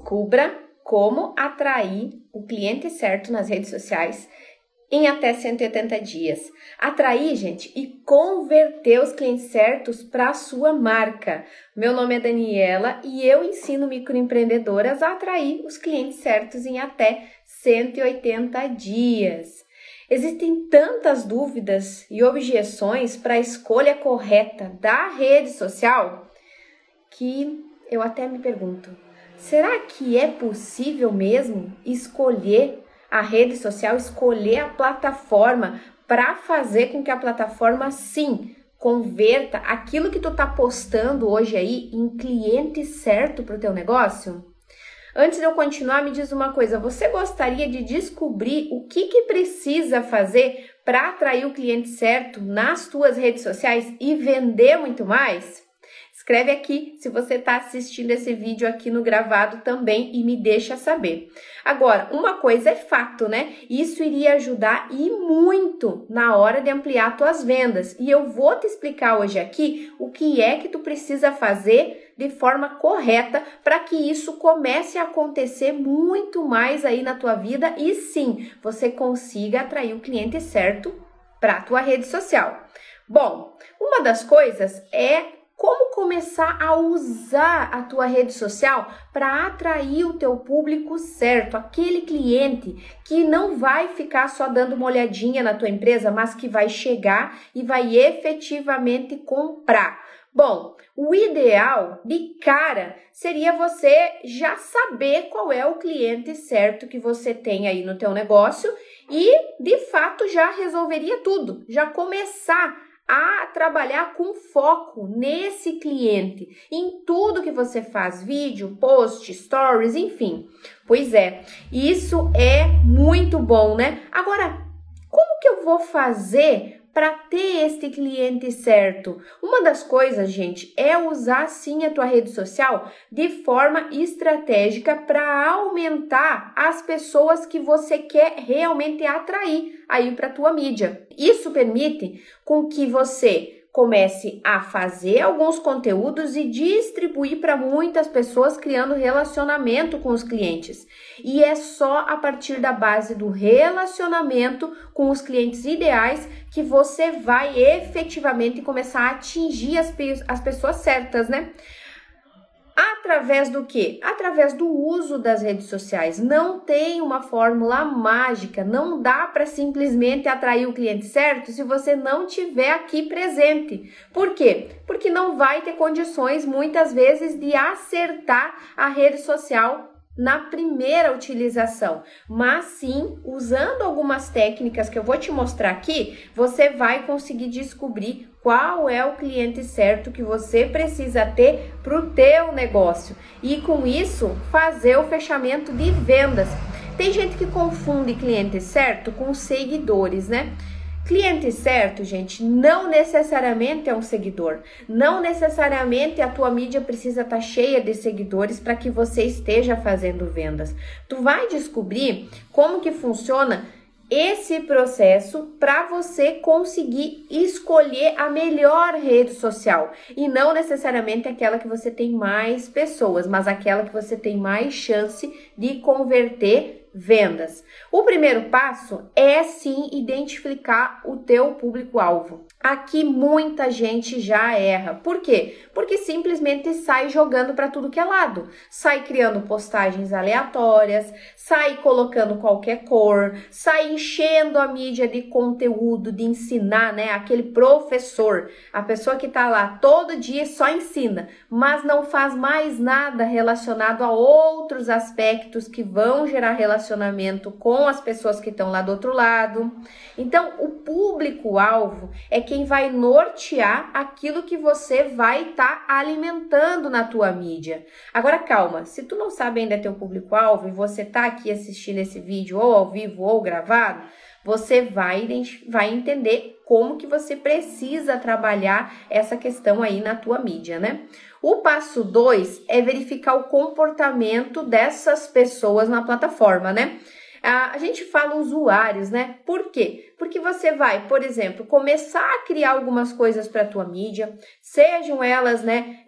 Descubra como atrair o cliente certo nas redes sociais em até 180 dias. Atrair, gente, e converter os clientes certos para a sua marca. Meu nome é Daniela e eu ensino microempreendedoras a atrair os clientes certos em até 180 dias. Existem tantas dúvidas e objeções para a escolha correta da rede social que eu até me pergunto, será que é possível mesmo escolher a rede social, escolher a plataforma para fazer com que a plataforma, sim, converta aquilo que tu tá postando hoje aí em cliente certo para o teu negócio? Antes de eu continuar, me diz uma coisa, você gostaria de descobrir o que precisa fazer para atrair o cliente certo nas tuas redes sociais e vender muito mais? Escreve aqui se você está assistindo esse vídeo aqui no gravado também e me deixa saber. Agora, uma coisa é fato, né? Isso iria ajudar e muito na hora de ampliar tuas vendas. E eu vou te explicar hoje aqui o que é que tu precisa fazer de forma correta para que isso comece a acontecer muito mais aí na tua vida e sim, você consiga atrair o cliente certo para a tua rede social. Bom, uma das coisas é como começar a usar a tua rede social para atrair o teu público certo, aquele cliente que não vai ficar só dando uma olhadinha na tua empresa, mas que vai chegar e vai efetivamente comprar. Bom, o ideal de cara seria você já saber qual é o cliente certo que você tem aí no teu negócio e, de fato, já resolveria tudo, já começar a trabalhar com foco nesse cliente, em tudo que você faz, vídeo, post, stories, enfim. Pois é, isso é muito bom, né? Agora, como que eu vou fazer para ter este cliente certo? Uma das coisas, gente, é usar sim a tua rede social de forma estratégica para aumentar as pessoas que você quer realmente atrair aí para a tua mídia. Isso permite com que você comece a fazer alguns conteúdos e distribuir para muitas pessoas, criando relacionamento com os clientes. E é só a partir da base do relacionamento com os clientes ideais que você vai efetivamente começar a atingir as pessoas certas, né? Através do quê? Através do uso das redes sociais. Não tem uma fórmula mágica, não dá para simplesmente atrair o cliente certo se você não tiver aqui presente. Por quê? Porque não vai ter condições muitas vezes de acertar a rede social na primeira utilização, mas sim, usando algumas técnicas que eu vou te mostrar aqui, você vai conseguir descobrir qual é o cliente certo que você precisa ter para o teu negócio e com isso fazer o fechamento de vendas. Tem gente que confunde cliente certo com seguidores, né? Cliente certo, gente, não necessariamente é um seguidor. Não necessariamente a tua mídia precisa estar cheia de seguidores para que você esteja fazendo vendas. Tu vai descobrir como que funciona esse processo para você conseguir escolher a melhor rede social e não necessariamente aquela que você tem mais pessoas, mas aquela que você tem mais chance de converter vendas. O primeiro passo é sim identificar o teu público-alvo. Aqui muita gente já erra. Por quê? Porque simplesmente sai jogando para tudo que é lado. Sai criando postagens aleatórias, sai colocando qualquer cor, sai enchendo a mídia de conteúdo, de ensinar, né? Aquele professor, a pessoa que tá lá todo dia só ensina, mas não faz mais nada relacionado a outros aspectos que vão gerar relacionamento com as pessoas que estão lá do outro lado. Então, o público-alvo é quem vai nortear aquilo que você vai estar alimentando na tua mídia. Agora, calma, se tu não sabe ainda teu público-alvo e você tá aqui assistindo esse vídeo ou ao vivo ou gravado, você vai entender como que você precisa trabalhar essa questão aí na tua mídia, né? O passo 2 é verificar o comportamento dessas pessoas na plataforma, né? A gente fala usuários, né? Por quê? Porque você vai, por exemplo, começar a criar algumas coisas para a tua mídia, sejam elas, né,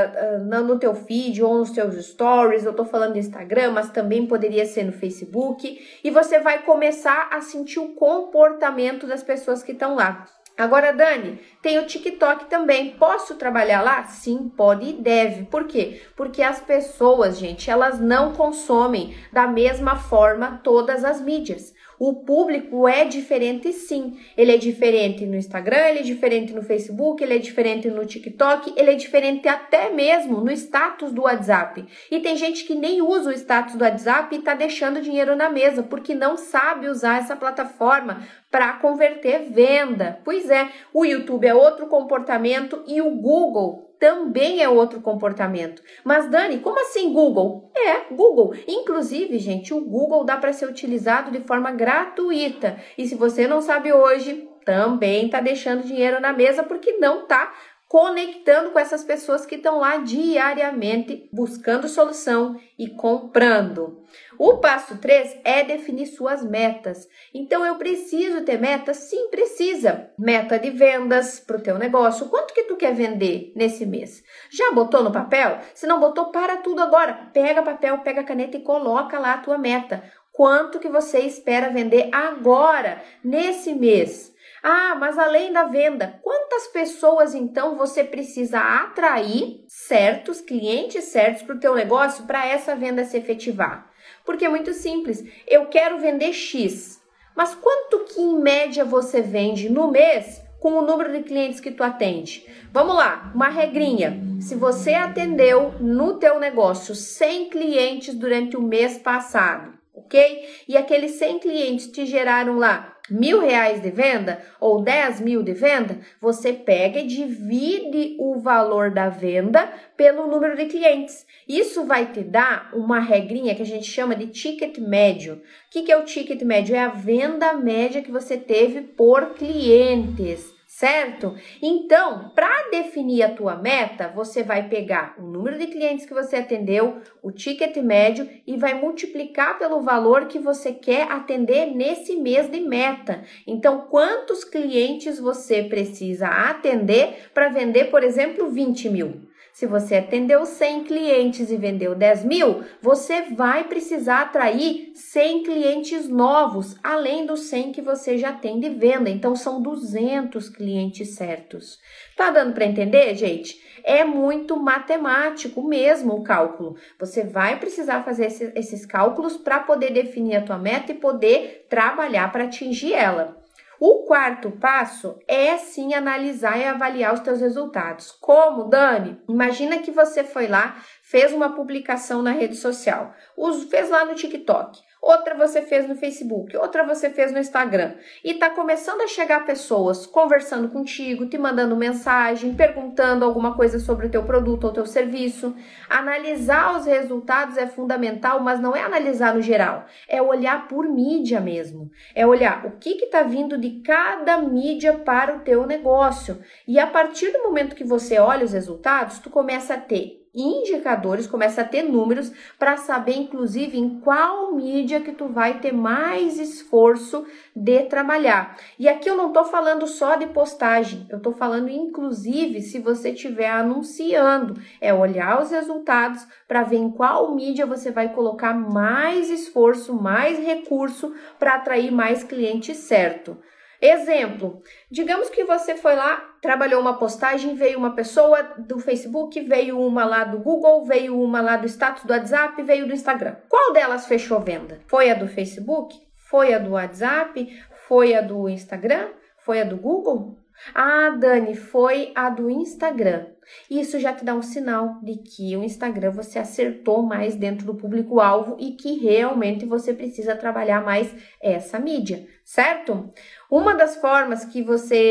no teu feed ou nos teus stories, eu tô falando do Instagram, mas também poderia ser no Facebook, e você vai começar a sentir o comportamento das pessoas que estão lá. Agora, Dani, tem o TikTok também. Posso trabalhar lá? Sim, pode e deve. Por quê? Porque as pessoas, gente, elas não consomem da mesma forma todas as mídias. O público é diferente, sim. Ele é diferente no Instagram, ele é diferente no Facebook, ele é diferente no TikTok, ele é diferente até mesmo no status do WhatsApp. E tem gente que nem usa o status do WhatsApp e tá deixando dinheiro na mesa, porque não sabe usar essa plataforma para converter venda. Pois é, o YouTube é outro comportamento e o Google também é outro comportamento. Mas, Dani, como assim Google? Google. Inclusive, gente, o Google dá para ser utilizado de forma gratuita. E se você não sabe hoje, também está deixando dinheiro na mesa porque não está conectando com essas pessoas que estão lá diariamente buscando solução e comprando. O passo 3 é definir suas metas. Então, eu preciso ter metas? Sim, precisa. Meta de vendas para o teu negócio. Quanto que tu quer vender nesse mês? Já botou no papel? Se não botou, para tudo agora. Pega papel, pega caneta e coloca lá a tua meta. Quanto que você espera vender agora, nesse mês? Ah, mas além da venda, quantas pessoas então você precisa atrair certos clientes certos para o teu negócio para essa venda se efetivar? Porque é muito simples, eu quero vender X, mas quanto que em média você vende no mês com o número de clientes que tu atende? Vamos lá, uma regrinha, se você atendeu no teu negócio 100 clientes durante o mês passado, ok? E aqueles 100 clientes te geraram lá R$1.000 de venda ou 10 mil de venda, você pega e divide o valor da venda pelo número de clientes. Isso vai te dar uma regrinha que a gente chama de ticket médio. O que é o ticket médio? É a venda média que você teve por clientes. Certo? Então, para definir a tua meta, você vai pegar o número de clientes que você atendeu, o ticket médio e vai multiplicar pelo valor que você quer atender nesse mês de meta. Então, quantos clientes você precisa atender para vender, por exemplo, 20 mil? Se você atendeu 100 clientes e vendeu 10 mil, você vai precisar atrair 100 clientes novos, além dos 100 que você já tem de venda. Então, são 200 clientes certos. Tá dando para entender, gente? É muito matemático mesmo o cálculo. Você vai precisar fazer esses cálculos para poder definir a tua meta e poder trabalhar para atingir ela. O quarto passo é sim analisar e avaliar os teus resultados. Como, Dani? Imagina que você foi lá, fez uma publicação na rede social, fez lá no TikTok, outra você fez no Facebook, outra você fez no Instagram e tá começando a chegar pessoas conversando contigo, te mandando mensagem, perguntando alguma coisa sobre o teu produto ou teu serviço. Analisar os resultados é fundamental, mas não é analisar no geral, é olhar por mídia mesmo, é olhar o que tá vindo de cada mídia para o teu negócio. E a partir do momento que você olha os resultados, tu começa a ter indicadores, começa a ter números para saber, inclusive, em qual mídia que tu vai ter mais esforço de trabalhar. E aqui eu não estou falando só de postagem, eu estou falando, inclusive, se você estiver anunciando, é olhar os resultados para ver em qual mídia você vai colocar mais esforço, mais recurso para atrair mais cliente certo. Exemplo, digamos que você foi lá, trabalhou uma postagem, veio uma pessoa do Facebook, veio uma lá do Google, veio uma lá do status do WhatsApp, veio do Instagram. Qual delas fechou venda? Foi a do Facebook? Foi a do WhatsApp? Foi a do Instagram? Foi a do Google? Ah, Dani, foi a do Instagram. Isso já te dá um sinal de que o Instagram você acertou mais dentro do público-alvo e que realmente você precisa trabalhar mais essa mídia, certo? Uma das formas que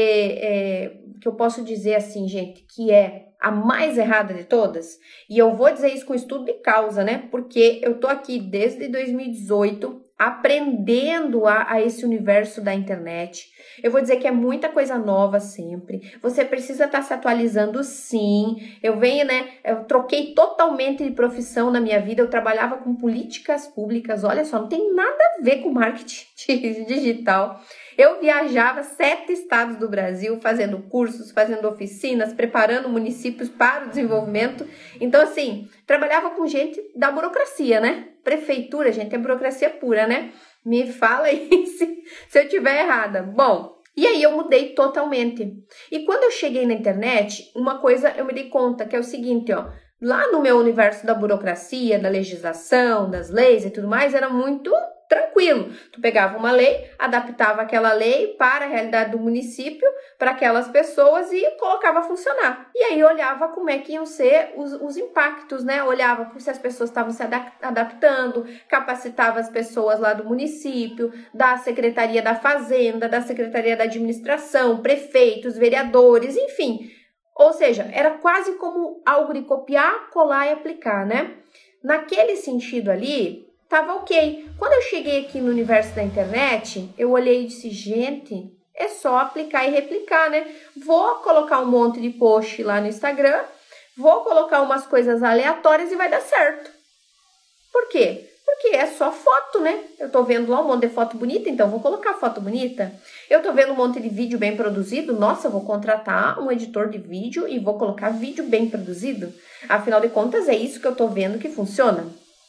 que eu posso dizer assim, gente, que é a mais errada de todas, e eu vou dizer isso com estudo de causa, né? Porque eu tô aqui desde 2018 aprendendo a esse universo da internet. Eu vou dizer que é muita coisa nova sempre. Você precisa estar se atualizando, sim. Eu troquei totalmente de profissão na minha vida. Eu trabalhava com políticas públicas. Olha só, não tem nada a ver com marketing digital. Eu viajava 7 estados do Brasil, fazendo cursos, fazendo oficinas, preparando municípios para o desenvolvimento. Então, assim, trabalhava com gente da burocracia, né? Prefeitura, gente, é burocracia pura, né? Me fala aí se eu estiver errada. Bom, e aí eu mudei totalmente. E quando eu cheguei na internet, uma coisa eu me dei conta, que é o seguinte, ó. Lá no meu universo da burocracia, da legislação, das leis e tudo mais, era muito tranquilo. Tu pegava uma lei, adaptava aquela lei para a realidade do município, para aquelas pessoas e colocava a funcionar. E aí olhava como é que iam ser os impactos, né? Olhava se as pessoas estavam se adaptando, capacitava as pessoas lá do município, da Secretaria da Fazenda, da Secretaria da Administração, prefeitos, vereadores, enfim. Ou seja, era quase como algo de copiar, colar e aplicar, né? Naquele sentido ali, tava ok. Quando eu cheguei aqui no universo da internet, eu olhei e disse, gente, é só aplicar e replicar, né? Vou colocar um monte de post lá no Instagram, vou colocar umas coisas aleatórias e vai dar certo. Por quê? Porque é só foto, né? Eu tô vendo lá um monte de foto bonita, então vou colocar foto bonita. Eu tô vendo um monte de vídeo bem produzido, nossa, vou contratar um editor de vídeo e vou colocar vídeo bem produzido. Afinal de contas, é isso que eu tô vendo que funciona.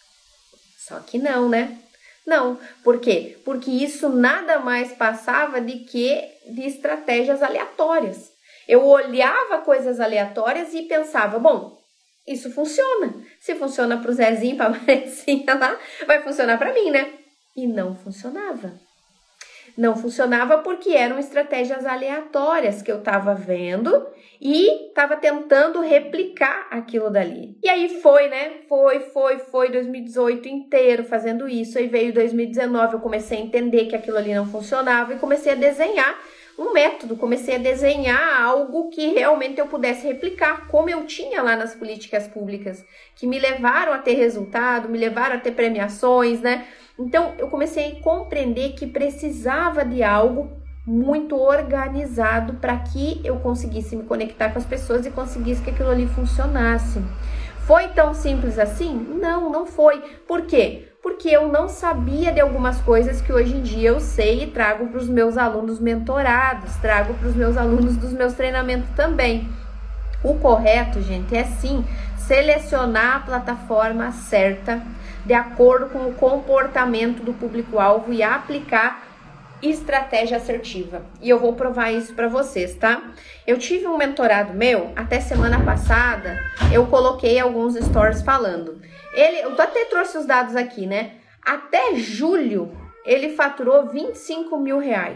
Só que não, né? Não. Por quê? Porque isso nada mais passava de estratégias aleatórias. Eu olhava coisas aleatórias e pensava, bom, isso funciona. Se funciona para o Zezinho, para a Marecinha lá, vai funcionar para mim, né? E não funcionava. Não funcionava porque eram estratégias aleatórias que eu estava vendo e estava tentando replicar aquilo dali. E aí foi, né? Foi 2018 inteiro fazendo isso. Aí veio 2019, eu comecei a entender que aquilo ali não funcionava e comecei a desenhar um método, comecei a desenhar algo que realmente eu pudesse replicar, como eu tinha lá nas políticas públicas, que me levaram a ter resultado, me levaram a ter premiações, né? Então, eu comecei a compreender que precisava de algo muito organizado para que eu conseguisse me conectar com as pessoas e conseguisse que aquilo ali funcionasse. Foi tão simples assim? Não, não foi. Por quê? Porque eu não sabia de algumas coisas que hoje em dia eu sei e trago para os meus alunos mentorados, trago para os meus alunos dos meus treinamentos também. O correto, gente, é sim selecionar a plataforma certa de acordo com o comportamento do público-alvo e aplicar estratégia assertiva. E eu vou provar isso para vocês, tá? Eu tive um mentorado meu, até semana passada, eu coloquei alguns stories falando. Eu até trouxe os dados aqui, né? Até julho, ele faturou R$25 mil.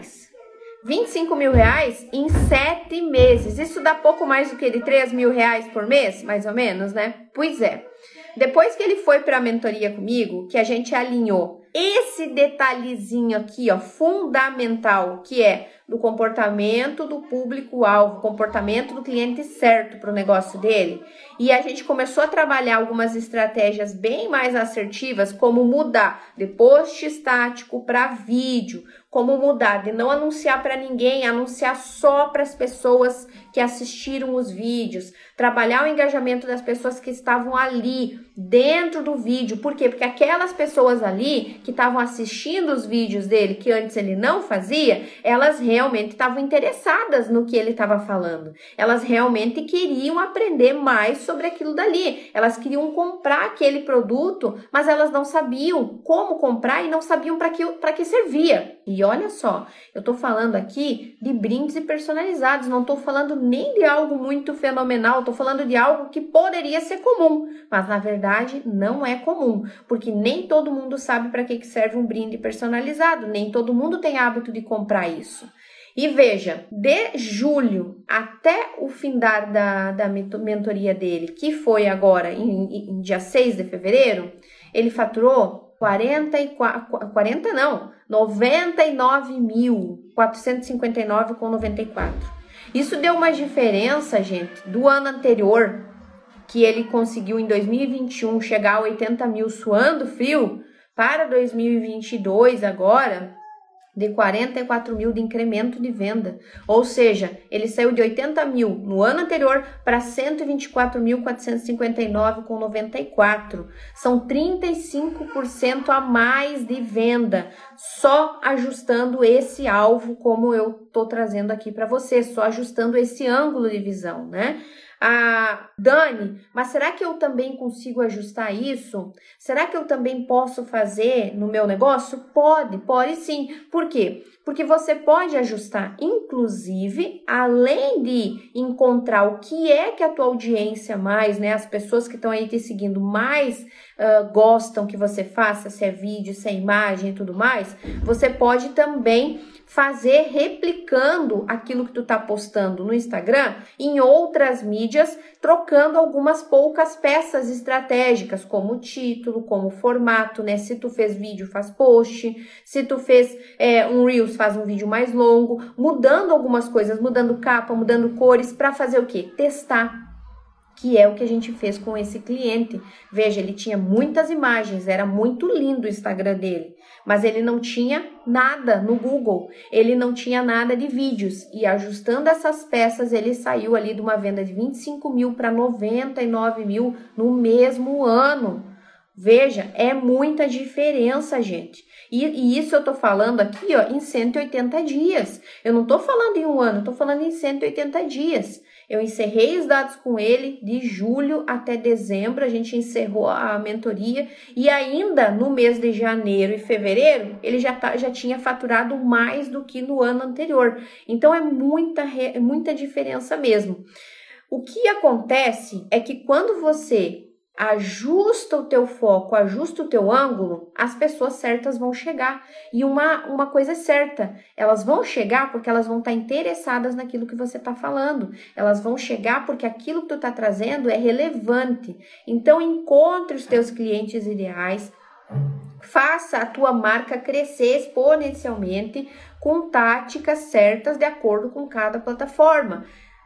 R$25 mil em 7 meses. Isso dá pouco mais do que de R$3 mil por mês, mais ou menos, né? Pois é. Depois que ele foi para a mentoria comigo, que a gente alinhou esse detalhezinho aqui, ó, fundamental, que é do comportamento do público-alvo, comportamento do cliente certo para o negócio dele, e a gente começou a trabalhar algumas estratégias bem mais assertivas, como mudar de post estático para vídeo, como mudar de não anunciar para ninguém, anunciar só para as pessoas que assistiram os vídeos, trabalhar o engajamento das pessoas que estavam ali dentro do vídeo. Por quê? Porque aquelas pessoas ali que estavam assistindo os vídeos dele, que antes ele não fazia, elas realmente estavam interessadas no que ele estava falando. Elas realmente queriam aprender mais sobre aquilo dali. Elas queriam comprar aquele produto, mas elas não sabiam como comprar e não sabiam para que servia. E olha só, eu tô falando aqui de brindes personalizados, não tô falando nem de algo muito fenomenal, tô falando de algo que poderia ser comum, mas na verdade não é comum, porque nem todo mundo sabe para que serve um brinde personalizado, nem todo mundo tem hábito de comprar isso. E veja, de julho até o findar da mentoria dele, que foi agora em dia 6 de fevereiro, ele faturou 99.459,94. Isso deu uma diferença, gente, do ano anterior, que ele conseguiu em 2021 chegar a 80 mil suando frio, para 2022 agora, de 44 mil de incremento de venda. Ou seja, ele saiu de 80 mil no ano anterior para 124.459,94. São 35% a mais de venda, só ajustando esse alvo, como eu tô trazendo aqui para você, só ajustando esse ângulo de visão, né? Ah, Dani, mas será que eu também consigo ajustar isso? Será que eu também posso fazer no meu negócio? Pode sim. Por quê? Porque você pode ajustar, inclusive, além de encontrar o que é que a tua audiência mais, né, as pessoas que estão aí te seguindo mais gostam que você faça, se é vídeo, se é imagem e tudo mais, você pode também fazer replicando aquilo que tu tá postando no Instagram em outras mídias, trocando algumas poucas peças estratégicas, como o título, como o formato, né? Se tu fez vídeo, faz post. Se tu fez um Reels, faz um vídeo mais longo, mudando algumas coisas, mudando capa, mudando cores, para fazer o quê? Testar. Que é o que a gente fez com esse cliente. Veja, ele tinha muitas imagens, era muito lindo o Instagram dele, mas ele não tinha nada no Google, ele não tinha nada de vídeos, e ajustando essas peças, ele saiu ali de uma venda de 25 mil para 99 mil no mesmo ano. Veja, é muita diferença, gente. E isso eu tô falando aqui, ó, em 180 dias. Eu não tô falando em um ano, eu tô falando em 180 dias. Eu encerrei os dados com ele de julho até dezembro, a gente encerrou a mentoria e ainda no mês de janeiro e fevereiro, ele já tinha faturado mais do que no ano anterior. Então, é muita diferença mesmo. O que acontece é que quando você ajusta o teu foco, ajusta o teu ângulo, as pessoas certas vão chegar. E uma coisa é certa, elas vão chegar porque elas vão estar interessadas naquilo que você está falando. Elas vão chegar porque aquilo que tu está trazendo é relevante. Então, encontre os teus clientes ideais, faça a tua marca crescer exponencialmente com táticas certas de acordo com cada plataforma.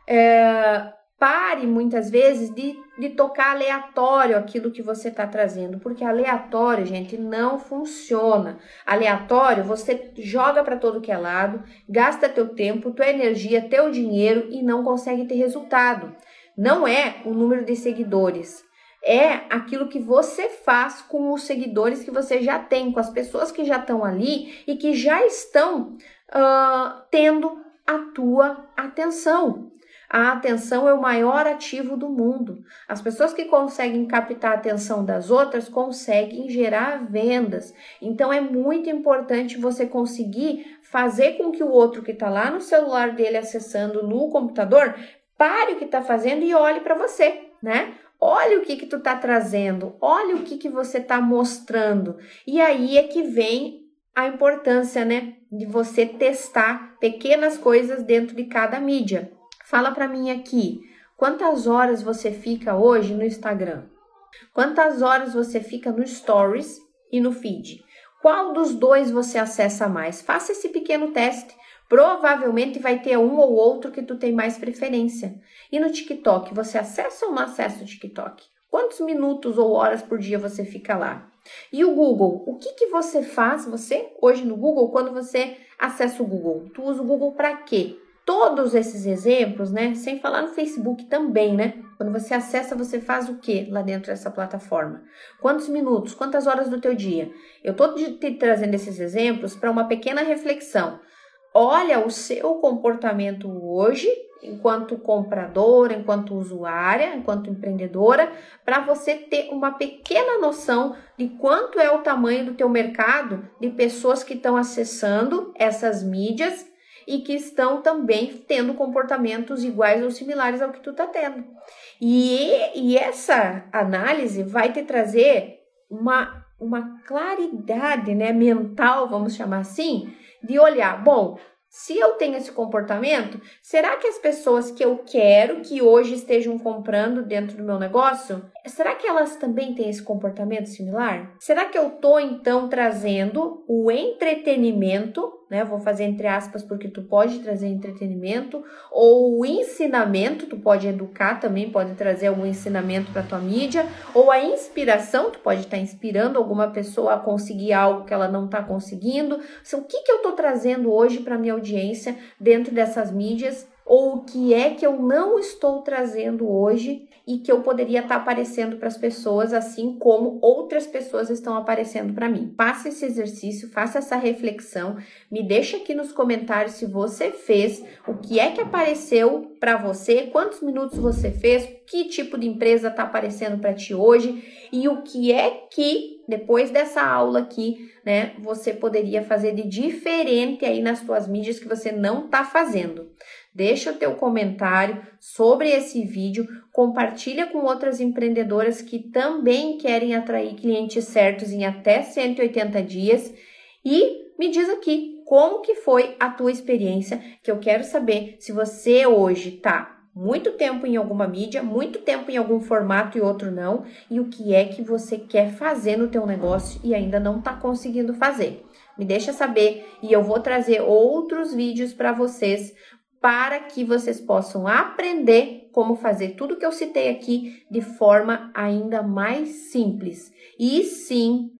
Pare muitas vezes de tocar aleatório aquilo que você está trazendo, porque aleatório, gente, não funciona. Aleatório, você joga para todo que é lado, gasta teu tempo, tua energia, teu dinheiro e não consegue ter resultado. Não é o número de seguidores, é aquilo que você faz com os seguidores que você já tem, com as pessoas que já estão ali e que já estão tendo a tua atenção. A atenção é o maior ativo do mundo. As pessoas que conseguem captar a atenção das outras conseguem gerar vendas. Então, é muito importante você conseguir fazer com que o outro que está lá no celular dele acessando no computador pare o que está fazendo e olhe para você, né? Olha o que tu está trazendo, olha o que você está mostrando. E aí é que vem a importância, né, de você testar pequenas coisas dentro de cada mídia. Fala para mim aqui, quantas horas você fica hoje no Instagram? Quantas horas você fica no Stories e no Feed? Qual dos dois você acessa mais? Faça esse pequeno teste. Provavelmente vai ter um ou outro que tu tem mais preferência. E no TikTok, você acessa ou não acessa o TikTok? Quantos minutos ou horas por dia você fica lá? E o Google, o que você faz, você, hoje no Google, quando você acessa o Google? Tu usa o Google para quê? Todos esses exemplos, né? Sem falar no Facebook também, né? Quando você acessa, você faz o quê lá dentro dessa plataforma? Quantos minutos, quantas horas do teu dia? Eu tô te trazendo esses exemplos para uma pequena reflexão. Olha o seu comportamento hoje, enquanto compradora, enquanto usuária, enquanto empreendedora, para você ter uma pequena noção de quanto é o tamanho do teu mercado de pessoas que estão acessando essas mídias e que estão também tendo comportamentos iguais ou similares ao que tu tá tendo. E essa análise vai te trazer uma claridade, né, mental, vamos chamar assim, de olhar, bom, se eu tenho esse comportamento, será que as pessoas que eu quero que hoje estejam comprando dentro do meu negócio, será que elas também têm esse comportamento similar? Será que eu tô então trazendo o entretenimento né? Vou fazer entre aspas porque tu pode trazer entretenimento ou ensinamento, tu pode educar também, pode trazer algum ensinamento para tua mídia, ou a inspiração, tu pode estar inspirando alguma pessoa a conseguir algo que ela não está conseguindo. Então, o que eu estou trazendo hoje para minha audiência dentro dessas mídias? Ou o que é que eu não estou trazendo hoje e que eu poderia estar aparecendo para as pessoas, assim como outras pessoas estão aparecendo para mim. Faça esse exercício, faça essa reflexão, me deixa aqui nos comentários se você fez, o que é que apareceu para você, quantos minutos você fez, que tipo de empresa está aparecendo para ti hoje e o que é que depois dessa aula aqui, né, você poderia fazer de diferente aí nas suas mídias que você não está fazendo. Deixa o teu comentário sobre esse vídeo, compartilha com outras empreendedoras que também querem atrair clientes certos em até 180 dias e me diz aqui como que foi a tua experiência, que eu quero saber se você hoje está muito tempo em alguma mídia, muito tempo em algum formato e outro não, e o que é que você quer fazer no teu negócio e ainda não está conseguindo fazer. Me deixa saber e eu vou trazer outros vídeos para vocês para que vocês possam aprender como fazer tudo que eu citei aqui de forma ainda mais simples. E sim,